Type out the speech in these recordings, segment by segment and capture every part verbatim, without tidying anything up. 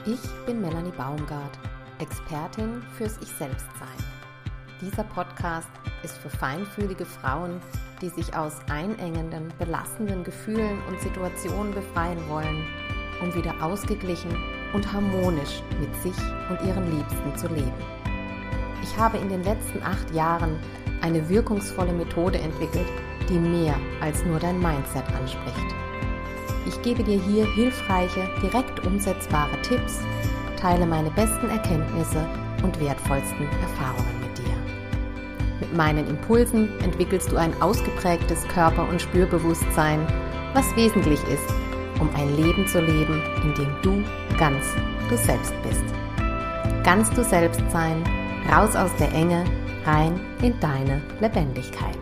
Ich bin Melanie Baumgart, Expertin fürs Ich-Selbst-Sein. Dieser Podcast ist für feinfühlige Frauen, die sich aus einengenden, belastenden Gefühlen und Situationen befreien wollen, um wieder ausgeglichen und harmonisch mit sich und ihren Liebsten zu leben. Ich habe in den letzten acht Jahren eine wirkungsvolle Methode entwickelt, die mehr als nur dein Mindset anspricht. Ich gebe dir hier hilfreiche, direkt umsetzbare Tipps, teile meine besten Erkenntnisse und wertvollsten Erfahrungen mit dir. Mit meinen Impulsen entwickelst du ein ausgeprägtes Körper- und Spürbewusstsein, was wesentlich ist, um ein Leben zu leben, in dem du ganz du selbst bist. Ganz du selbst sein, raus aus der Enge, rein in deine Lebendigkeit.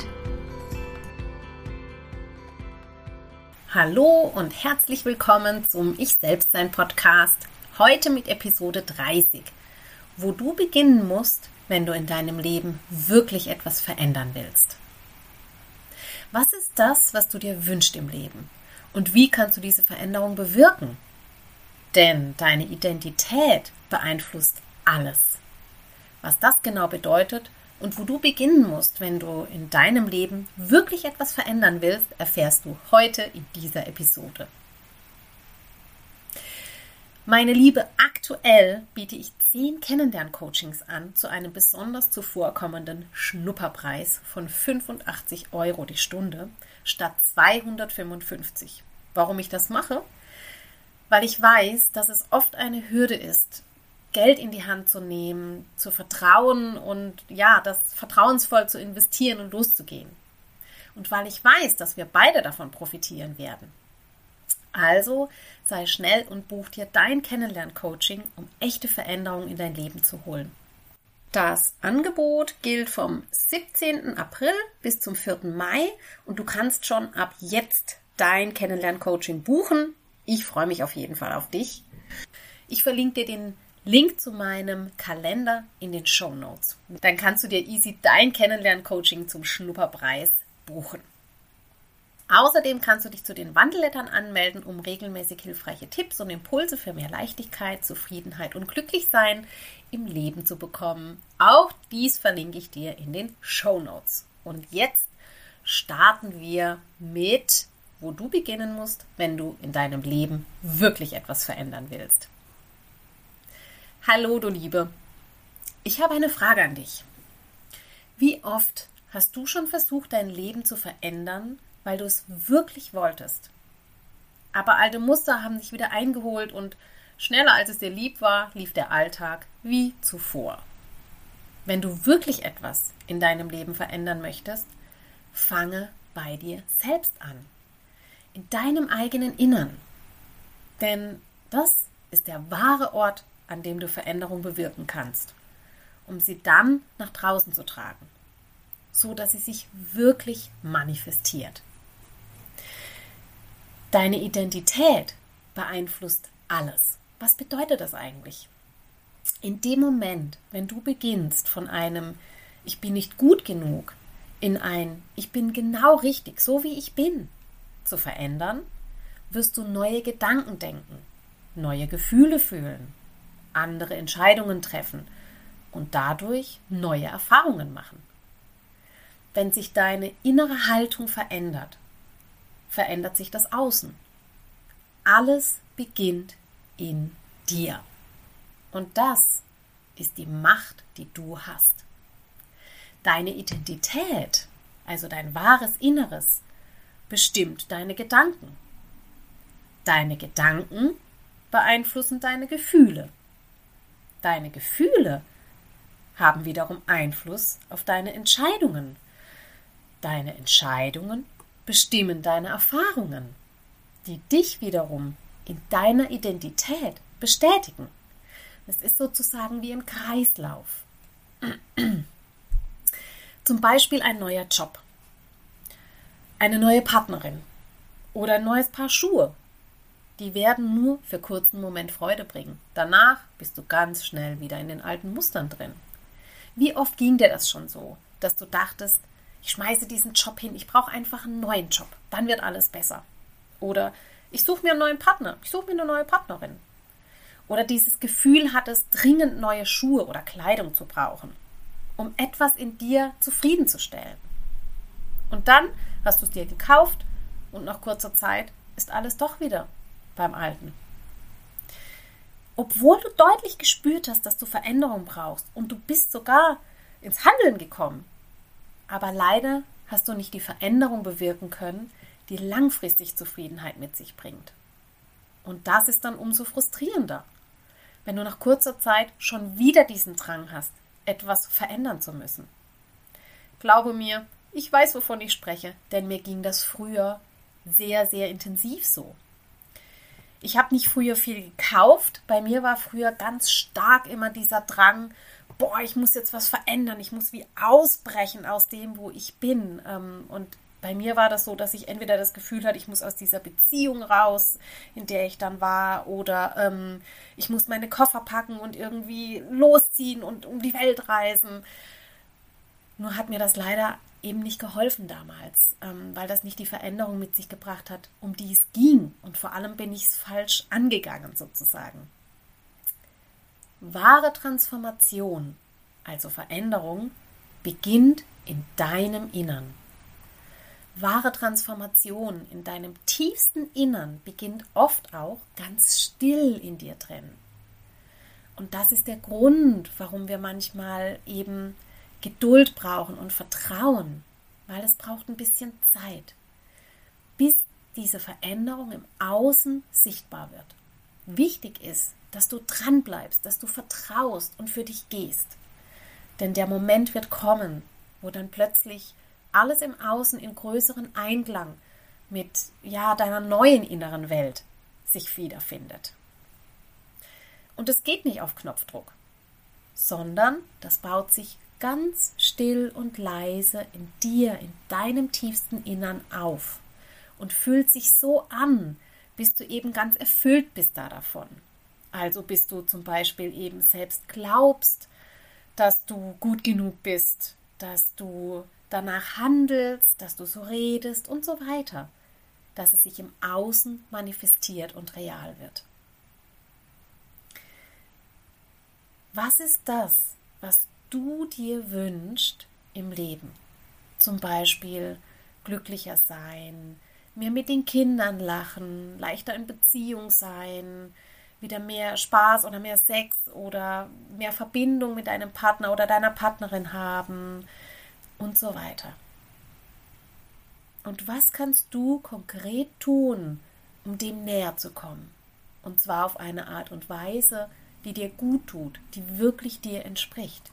Hallo und herzlich willkommen zum Ich-Selbst-Sein-Podcast, heute mit Episode dreißig, wo du beginnen musst, wenn du in deinem Leben wirklich etwas verändern willst. Was ist das, was du dir wünschst im Leben? Und wie kannst du diese Veränderung bewirken? Denn deine Identität beeinflusst alles. Was das genau bedeutet und wo du beginnen musst, wenn du in deinem Leben wirklich etwas verändern willst, erfährst du heute in dieser Episode. Meine Liebe, aktuell biete ich zehn Kennenlern-Coachings an zu einem besonders zuvorkommenden Schnupperpreis von fünfundachtzig Euro die Stunde statt zweihundertfünfundfünfzig. Warum ich das mache? Weil ich weiß, dass es oft eine Hürde ist, Geld in die Hand zu nehmen, zu vertrauen und ja, das vertrauensvoll zu investieren und loszugehen. Und weil ich weiß, dass wir beide davon profitieren werden. Also sei schnell und buch dir dein Kennenlern-Coaching, um echte Veränderungen in dein Leben zu holen. Das Angebot gilt vom siebzehnten April bis zum vierten Mai und du kannst schon ab jetzt dein Kennenlern-Coaching buchen. Ich freue mich auf jeden Fall auf dich. Ich verlinke dir den Link zu meinem Kalender in den Shownotes. Dann kannst du dir easy dein Kennenlern-Coaching zum Schnupperpreis buchen. Außerdem kannst du dich zu den Wandellettern anmelden, um regelmäßig hilfreiche Tipps und Impulse für mehr Leichtigkeit, Zufriedenheit und Glücklichsein im Leben zu bekommen. Auch dies verlinke ich dir in den Shownotes. Und jetzt starten wir mit, wo du beginnen musst, wenn du in deinem Leben wirklich etwas verändern willst. Hallo, du Liebe. Ich habe eine Frage an dich. Wie oft hast du schon versucht, dein Leben zu verändern, weil du es wirklich wolltest? Aber alte Muster haben dich wieder eingeholt und schneller als es dir lieb war, lief der Alltag wie zuvor. Wenn du wirklich etwas in deinem Leben verändern möchtest, fange bei dir selbst an. In deinem eigenen Innern. Denn das ist der wahre Ort, an dem du Veränderung bewirken kannst, um sie dann nach draußen zu tragen, so dass sie sich wirklich manifestiert. Deine Identität beeinflusst alles. Was bedeutet das eigentlich? In dem Moment, wenn du beginnst von einem Ich bin nicht gut genug in ein Ich bin genau richtig, so wie ich bin, zu verändern, wirst du neue Gedanken denken, neue Gefühle fühlen, andere Entscheidungen treffen und dadurch neue Erfahrungen machen. Wenn sich deine innere Haltung verändert, verändert sich das Außen. Alles beginnt in dir. Und das ist die Macht, die du hast. Deine Identität, also dein wahres Inneres, bestimmt deine Gedanken. Deine Gedanken beeinflussen deine Gefühle. Deine Gefühle haben wiederum Einfluss auf deine Entscheidungen. Deine Entscheidungen bestimmen deine Erfahrungen, die dich wiederum in deiner Identität bestätigen. Es ist sozusagen wie ein Kreislauf. Zum Beispiel ein neuer Job, eine neue Partnerin oder ein neues Paar Schuhe. Die werden nur für kurzen Moment Freude bringen. Danach bist du ganz schnell wieder in den alten Mustern drin. Wie oft ging dir das schon so, dass du dachtest, ich schmeiße diesen Job hin, ich brauche einfach einen neuen Job, dann wird alles besser. Oder ich suche mir einen neuen Partner, ich suche mir eine neue Partnerin. oder dieses Gefühl hattest, dringend neue Schuhe oder Kleidung zu brauchen, um etwas in dir zufriedenzustellen. Und dann hast du es dir gekauft und nach kurzer Zeit ist alles doch wieder beim Alten. Obwohl du deutlich gespürt hast, dass du Veränderung brauchst und du bist sogar ins Handeln gekommen. Aber leider hast du nicht die Veränderung bewirken können, die langfristig Zufriedenheit mit sich bringt. Und das ist dann umso frustrierender, wenn du nach kurzer Zeit schon wieder diesen Drang hast, etwas verändern zu müssen. Glaube mir, ich weiß, wovon ich spreche, denn mir ging das früher sehr, sehr intensiv so. Ich habe nicht früher viel gekauft. Bei mir war früher ganz stark immer dieser Drang, boah, ich muss jetzt was verändern, ich muss wie ausbrechen aus dem, wo ich bin. Und bei mir war das so, dass ich entweder das Gefühl hatte, ich muss aus dieser Beziehung raus, in der ich dann war, oder ähm, ich muss meine Koffer packen und irgendwie losziehen und um die Welt reisen. Nur hat mir das leider eben nicht geholfen damals, ähm, weil das nicht die Veränderung mit sich gebracht hat, um die es ging. Und vor allem bin ich es falsch angegangen sozusagen. Wahre Transformation, also Veränderung, beginnt in deinem Innern. Wahre Transformation in deinem tiefsten Innern beginnt oft auch ganz still in dir drin. Und das ist der Grund, warum wir manchmal eben Geduld brauchen und Vertrauen, weil es braucht ein bisschen Zeit, bis diese Veränderung im Außen sichtbar wird. Wichtig ist, dass du dran bleibst, dass du vertraust und für dich gehst. Denn der Moment wird kommen, wo dann plötzlich alles im Außen in größeren Einklang mit ja, deiner neuen inneren Welt sich wiederfindet. Und es geht nicht auf Knopfdruck, sondern das baut sich ganz still und leise in dir, in deinem tiefsten Innern auf und fühlt sich so an, bis du eben ganz erfüllt bist da davon. Also bis du zum Beispiel eben selbst glaubst, dass du gut genug bist, dass du danach handelst, dass du so redest und so weiter, dass es sich im Außen manifestiert und real wird. Was ist das, was du dir wünschst im Leben? Zum Beispiel glücklicher sein, mehr mit den Kindern lachen, leichter in Beziehung sein, wieder mehr Spaß oder mehr Sex oder mehr Verbindung mit deinem Partner oder deiner Partnerin haben und so weiter. Und was kannst du konkret tun, um dem näher zu kommen? Und zwar auf eine Art und Weise, die dir gut tut, die wirklich dir entspricht.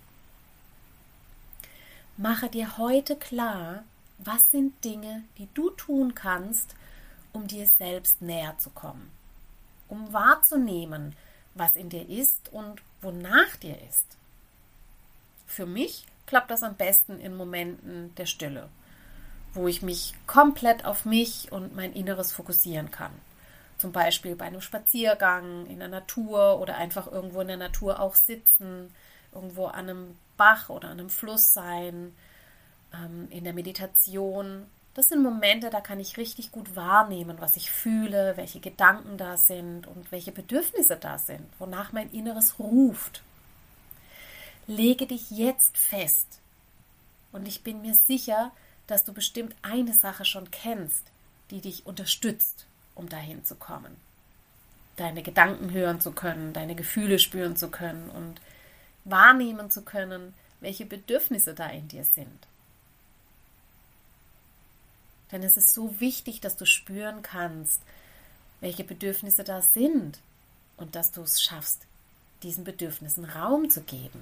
Mache dir heute klar, was sind Dinge, die du tun kannst, um dir selbst näher zu kommen, um wahrzunehmen, was in dir ist und wonach dir ist. Für mich klappt das am besten in Momenten der Stille, wo ich mich komplett auf mich und mein Inneres fokussieren kann. Zum Beispiel bei einem Spaziergang in der Natur oder einfach irgendwo in der Natur auch sitzen, irgendwo an einem Bach oder an einem Fluss sein, ähm, in der Meditation. Das sind Momente, da kann ich richtig gut wahrnehmen, was ich fühle, welche Gedanken da sind und welche Bedürfnisse da sind, wonach mein Inneres ruft. Lege dich jetzt fest. Und ich bin mir sicher, dass du bestimmt eine Sache schon kennst, die dich unterstützt, um dahin zu kommen. Deine Gedanken hören zu können, deine Gefühle spüren zu können und wahrnehmen zu können, welche Bedürfnisse da in dir sind. Denn es ist so wichtig, dass du spüren kannst, welche Bedürfnisse da sind und dass du es schaffst, diesen Bedürfnissen Raum zu geben.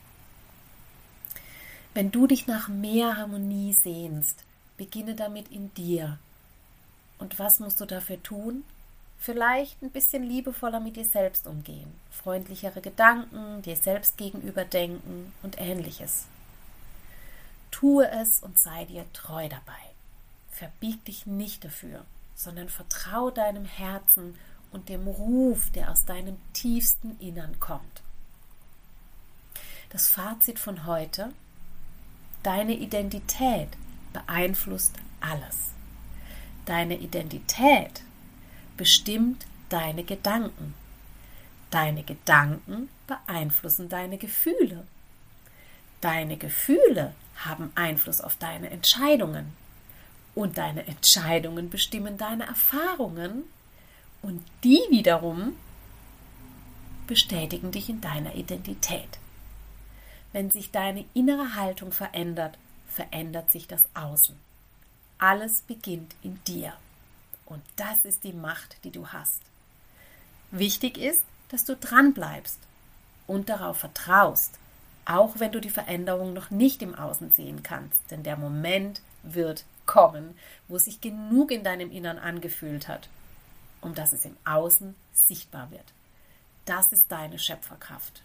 Wenn du dich nach mehr Harmonie sehnst, beginne damit in dir. Und was musst du dafür tun? Vielleicht ein bisschen liebevoller mit dir selbst umgehen, freundlichere Gedanken, dir selbst gegenüber denken und Ähnliches. Tue es und sei dir treu dabei. Verbieg dich nicht dafür, sondern vertraue deinem Herzen und dem Ruf, der aus deinem tiefsten Innern kommt. Das Fazit von heute: Deine Identität beeinflusst alles. Deine Identität bestimmt deine Gedanken. Deine Gedanken beeinflussen deine Gefühle. Deine Gefühle haben Einfluss auf deine Entscheidungen. Und deine Entscheidungen bestimmen deine Erfahrungen. Und die wiederum bestätigen dich in deiner Identität. Wenn sich deine innere Haltung verändert, verändert sich das Außen. Alles beginnt in dir. Und das ist die Macht, die du hast. Wichtig ist, dass du dran bleibst und darauf vertraust, auch wenn du die Veränderung noch nicht im Außen sehen kannst. Denn der Moment wird kommen, wo sich genug in deinem Innern angefühlt hat, um dass es im Außen sichtbar wird. Das ist deine Schöpferkraft.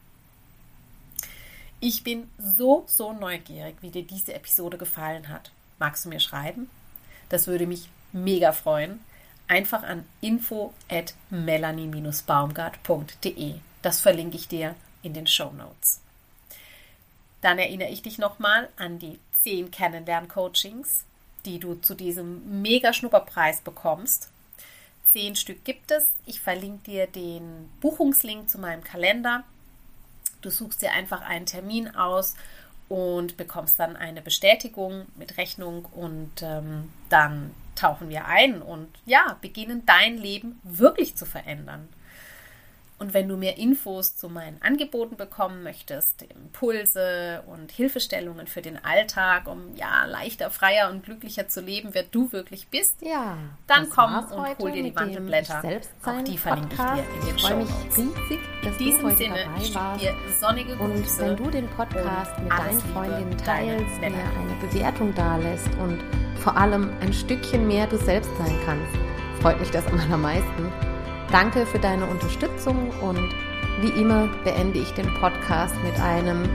Ich bin so, so neugierig, wie dir diese Episode gefallen hat. Magst du mir schreiben? Das würde mich mega freuen. Einfach an info at melanie dash baumgart punkt de. Das verlinke ich dir in den Shownotes. Dann erinnere ich dich nochmal an die zehn Kennenlern-Coachings, die du zu diesem mega Schnupperpreis bekommst. Zehn Stück gibt es. Ich verlinke dir den Buchungslink zu meinem Kalender. Du suchst dir einfach einen Termin aus und bekommst dann eine Bestätigung mit Rechnung und ähm, dann tauchen wir ein und ja, beginnen dein Leben wirklich zu verändern. Und wenn du mehr Infos zu meinen Angeboten bekommen möchtest, Impulse und Hilfestellungen für den Alltag, um ja leichter, freier und glücklicher zu leben, wer du wirklich bist, ja, dann komm und hol dir die Wandelblätter. Auch die verlinke ich dir in den Ich freue mich Shownotes. riesig, dass In diesem du heute Sinne, dabei ich schicke warst. dir sonnige Und Grüße. wenn du den Podcast und mit alles deinen Liebe, Freundinnen deine teilst, mir Melanie. eine Bewertung dalässt und vor allem ein Stückchen mehr du selbst sein kannst, freut mich das am allermeisten. Danke für deine Unterstützung und wie immer beende ich den Podcast mit einem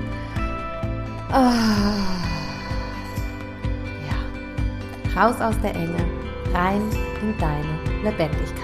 ah, ja, raus aus der Enge, rein in deine Lebendigkeit.